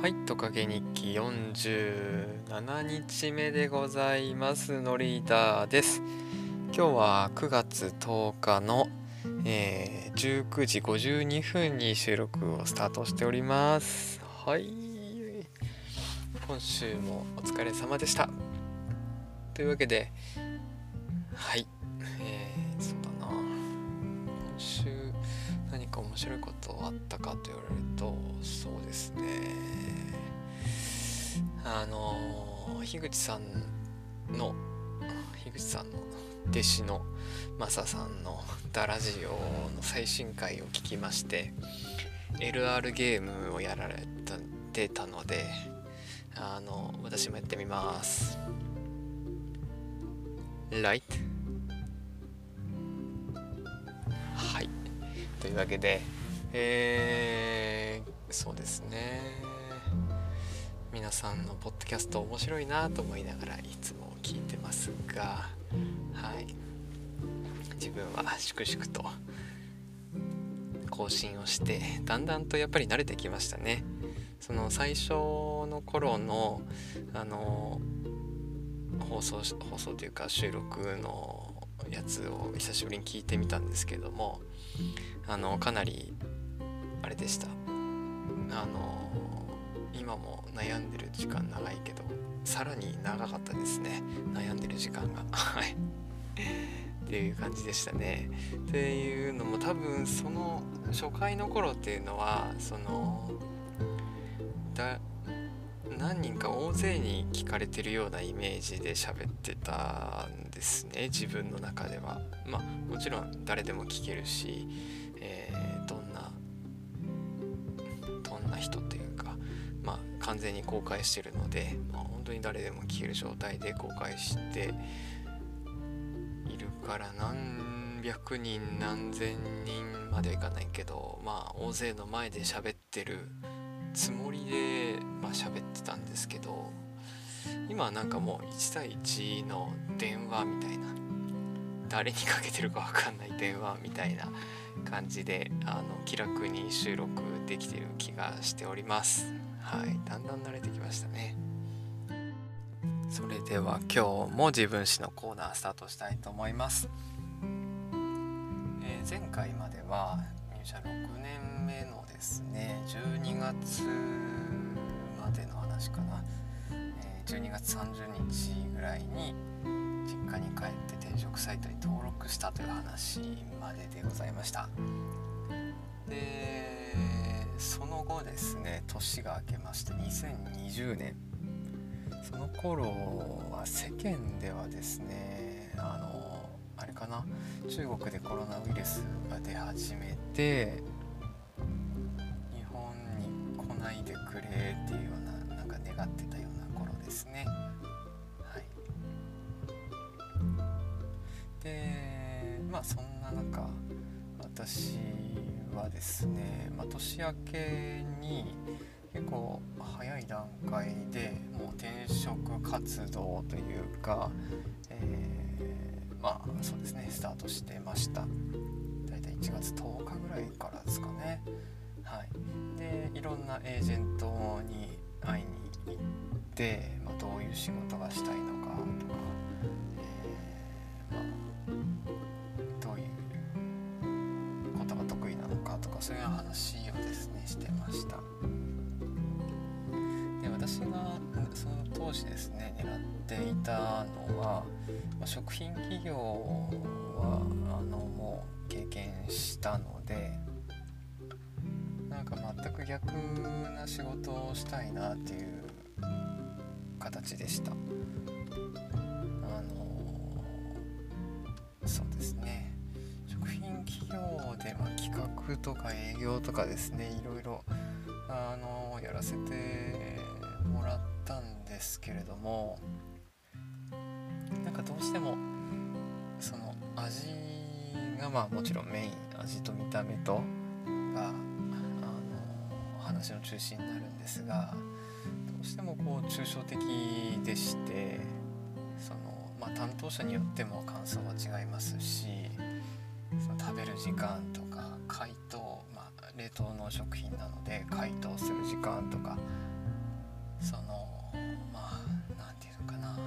はい、トカゲ日記47日目でございます。のリーダーです。今日は9月10日の、19時52分に収録をスタートしております。はい、今週もお疲れ様でした。というわけで、はい、そうだな、今週何か面白いことあったかと言われると、そうですね、樋口さんの弟子のマサさんのダラジオの最新回を聞きまして、 LR ゲームをやられてたので、私もやってみます。 Right? はい、というわけで、そうですね、皆さんのポッドキャスト面白いなと思いながらいつも聞いてますが、はい、自分は粛々と更新をしてだんだんとやっぱり慣れてきましたね。その最初の頃の放送というか収録のやつを久しぶりに聞いてみたんですけども、かなりあれでした。今も悩んでる時間長いけど、さらに長かったですね、悩んでる時間がはいっていう感じでしたね。っていうのも多分その初回の頃っていうのは何人か大勢に聞かれてるようなイメージで喋ってたんですね、自分の中では。まあもちろん誰でも聞けるし、どんな人というか、まあ完全に公開してるので、本当に誰でも聞ける状態で公開しているから、何百人何千人まではいかないけど、大勢の前で喋ってるつもりで喋ってたんですけど、今はなんかもう1対1の電話みたいな、誰にかけてるか分かんない電話みたいな感じで気楽に収録できてる気がしております。はい、だんだん慣れてきましたね。それでは今日も自分史のコーナースタートしたいと思います。前回までは入社6年目のですね、12月までの話かな、12月30日ぐらいに実家に帰って転職サイトに登録したという話まででございました。で、その後ですね、年が明けまして2020年、その頃は世間ではですね、あれかな、中国でコロナウイルスが出始めて、日本に来ないでくれっていうような、なんか願ってたような頃ですね。はい。で、そんな中、私はですね、年明けに結構早い段階でもう転職活動というか、そうですね、スタートしてました。だいたい1月10日ぐらいからですかね。はい。で、いろんなエージェントに会いに行って、どういう仕事がしたいのかとか、どういうことが得意なのかとか、そういう話をですねしてました。で、私がその当時ですね狙っていたのは、食品企業はもう経験したので、なんか全く逆な仕事をしたいなっていう形でした。そうですね、食品企業で企画とか営業とかですね、いろいろやらせてもらったんですけれども、なんかどうしてもその味がもちろんメイン、味と見た目とが話の中心になるんですが、どうしてもこう抽象的でして、担当者によっても感想は違いますし、その食べる時間とか解凍、冷凍の食品なので解凍する時間とか、 なんていうのかな、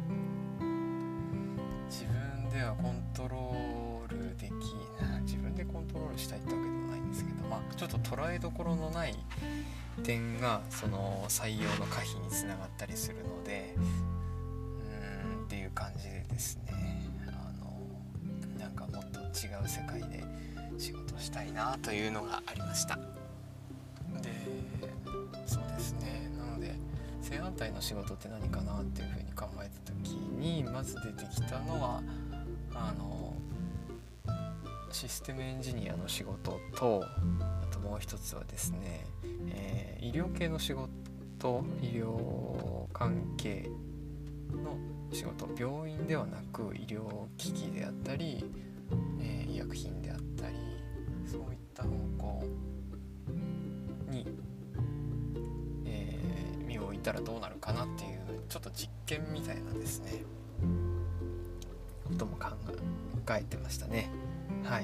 自分ではコントロールできない、自分でコントロールしたいってわけでもないんですけど、ちょっと捉えどころのない点がその採用の可否につながったりするので、っていう感じでですね、なんかもっと違う世界で仕事したいなというのがありました。で、そうですね、なので正反対の仕事って何かなっていうふうに考えた時にまず出てきたのはシステムエンジニアの仕事と、あともう一つはですね、医療系の仕事、医療関係の仕事、病院ではなく医療機器であったり、医薬品であったり、そういった方向に、身を置いたらどうなるかなっていうちょっと実験みたいなですねことも考えてましたね。はい。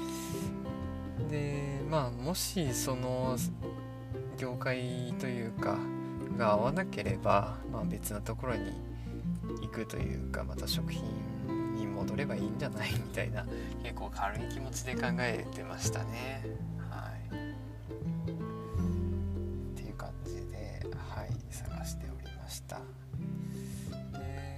で、もしその業界というかが合わなければ、別なところに行くというか、また食品に戻ればいいんじゃないみたいな、結構軽い気持ちで考えてましたね。はい。っていう感じで、はい、探しておりました。で、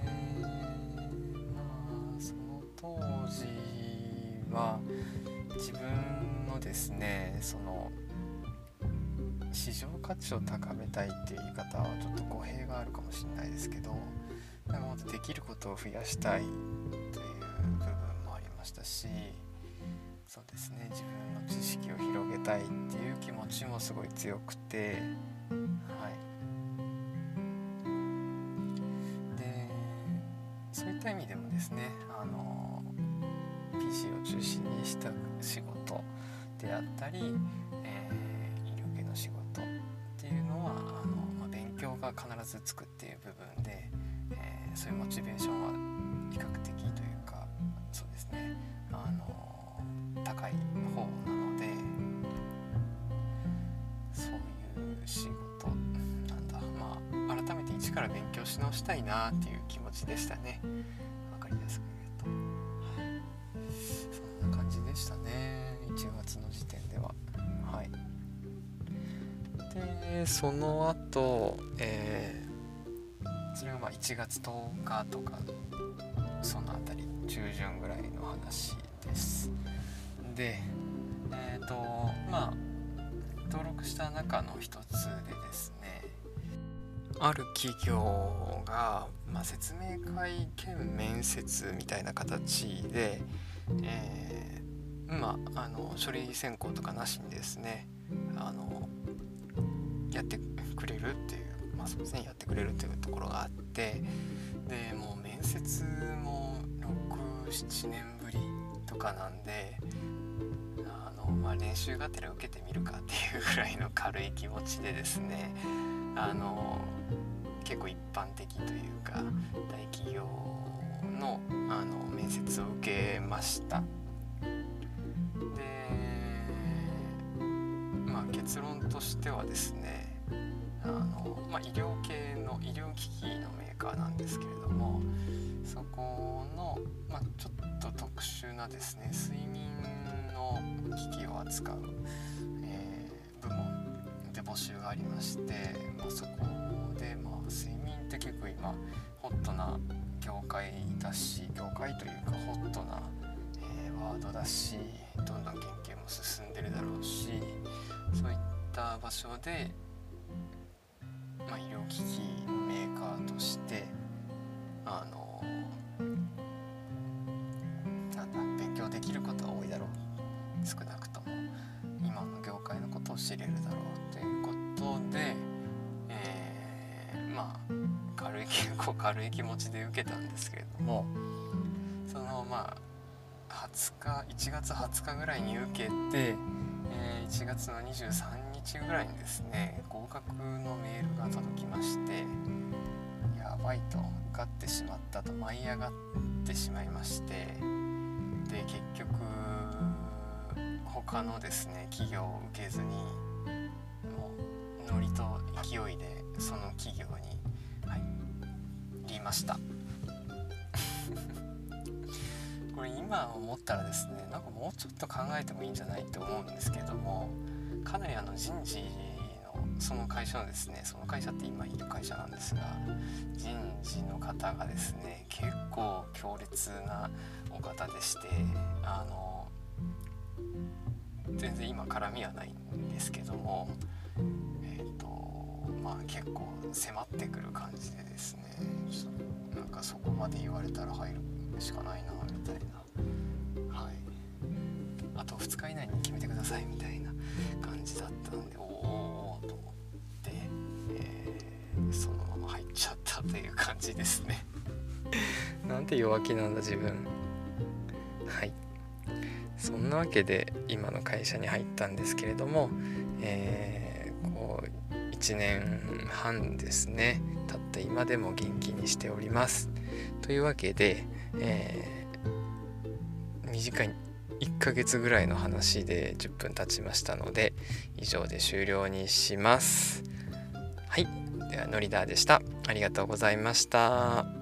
その当時は自分のですね、その市場価値を高めたいっていう言い方はちょっと語弊があるかもしれないですけど、なんかもっとできることを増やしたいという部分もありましたし、そうですね、自分の知識を広げたいっていう気持ちもすごい強くて、はい。で、そういった意味でもですね、PC を中心にした仕事であったり、医療系の仕事っていうのは勉強が必ずつくっていう部分で、そういうモチベーションは比較的というか、そうですね、高い方なので、そういう仕事改めて一から勉強し直したいなっていう気持ちでしたね。わかりやすく言うと、はい、そんな感じでしたね、1月の時点では。はい。で、その後、それが1月10日とかそのあたり中旬ぐらいの話です。で、登録した中の一つでですね、ある企業が、説明会兼面接みたいな形で、書類選考とかなしにですね、やってくれるっていう、そうですね、やってくれるというところがあって、でもう面接も6、7年ぶりとかなんで、練習がてら受けてみるかっていうぐらいの軽い気持ちでですね、結構一般的というか大企業の、面接を受けました。で、結論としてはですね、医療系の医療機器のメーカーなんですけれども、そこの、ちょっと特殊なですね、睡眠の機器を扱う、部門で募集がありまして、そこで、睡眠って結構今ホットな業界だし、業界というかホットな、ワードだし、どんどん研究も進んでるだろうし、そういった場所で、医療機器メーカーとして勉強できることは多いだろう、少なくとも今の業界のことを知れるだろうということで、軽い気持ちで受けたんですけれども、その1月20日ぐらいに受けて、1月の23日ぐらいにですね、合格のメールが届きまして、やばいと、受かってしまったと、舞い上がってしまいまして、で結局他のですね企業を受けずに、もうノリと勢いでその企業に入っましたこれ今思ったらですね、なんかもうちょっと考えてもいいんじゃないって思うんですけども、かなり人事のその会社のですね、その会社って今いる会社なんですが、人事の方がですね結構強烈なお方でして、全然今絡みはないんですけども、結構迫ってくる感じでですね、なんかそこまで言われたら入るしかないなみたいな、はい、あと2日以内に決めてくださいみたいな感じだったんで、おおと思って、そのまま入っちゃったという感じですねなんて弱気なんだ自分。はい、そんなわけで今の会社に入ったんですけれども、1年半ですね経った今でも元気にしております。というわけで、短い1ヶ月ぐらいの話で10分経ちましたので、以上で終了にします。はい、ではノリダーでした。ありがとうございました。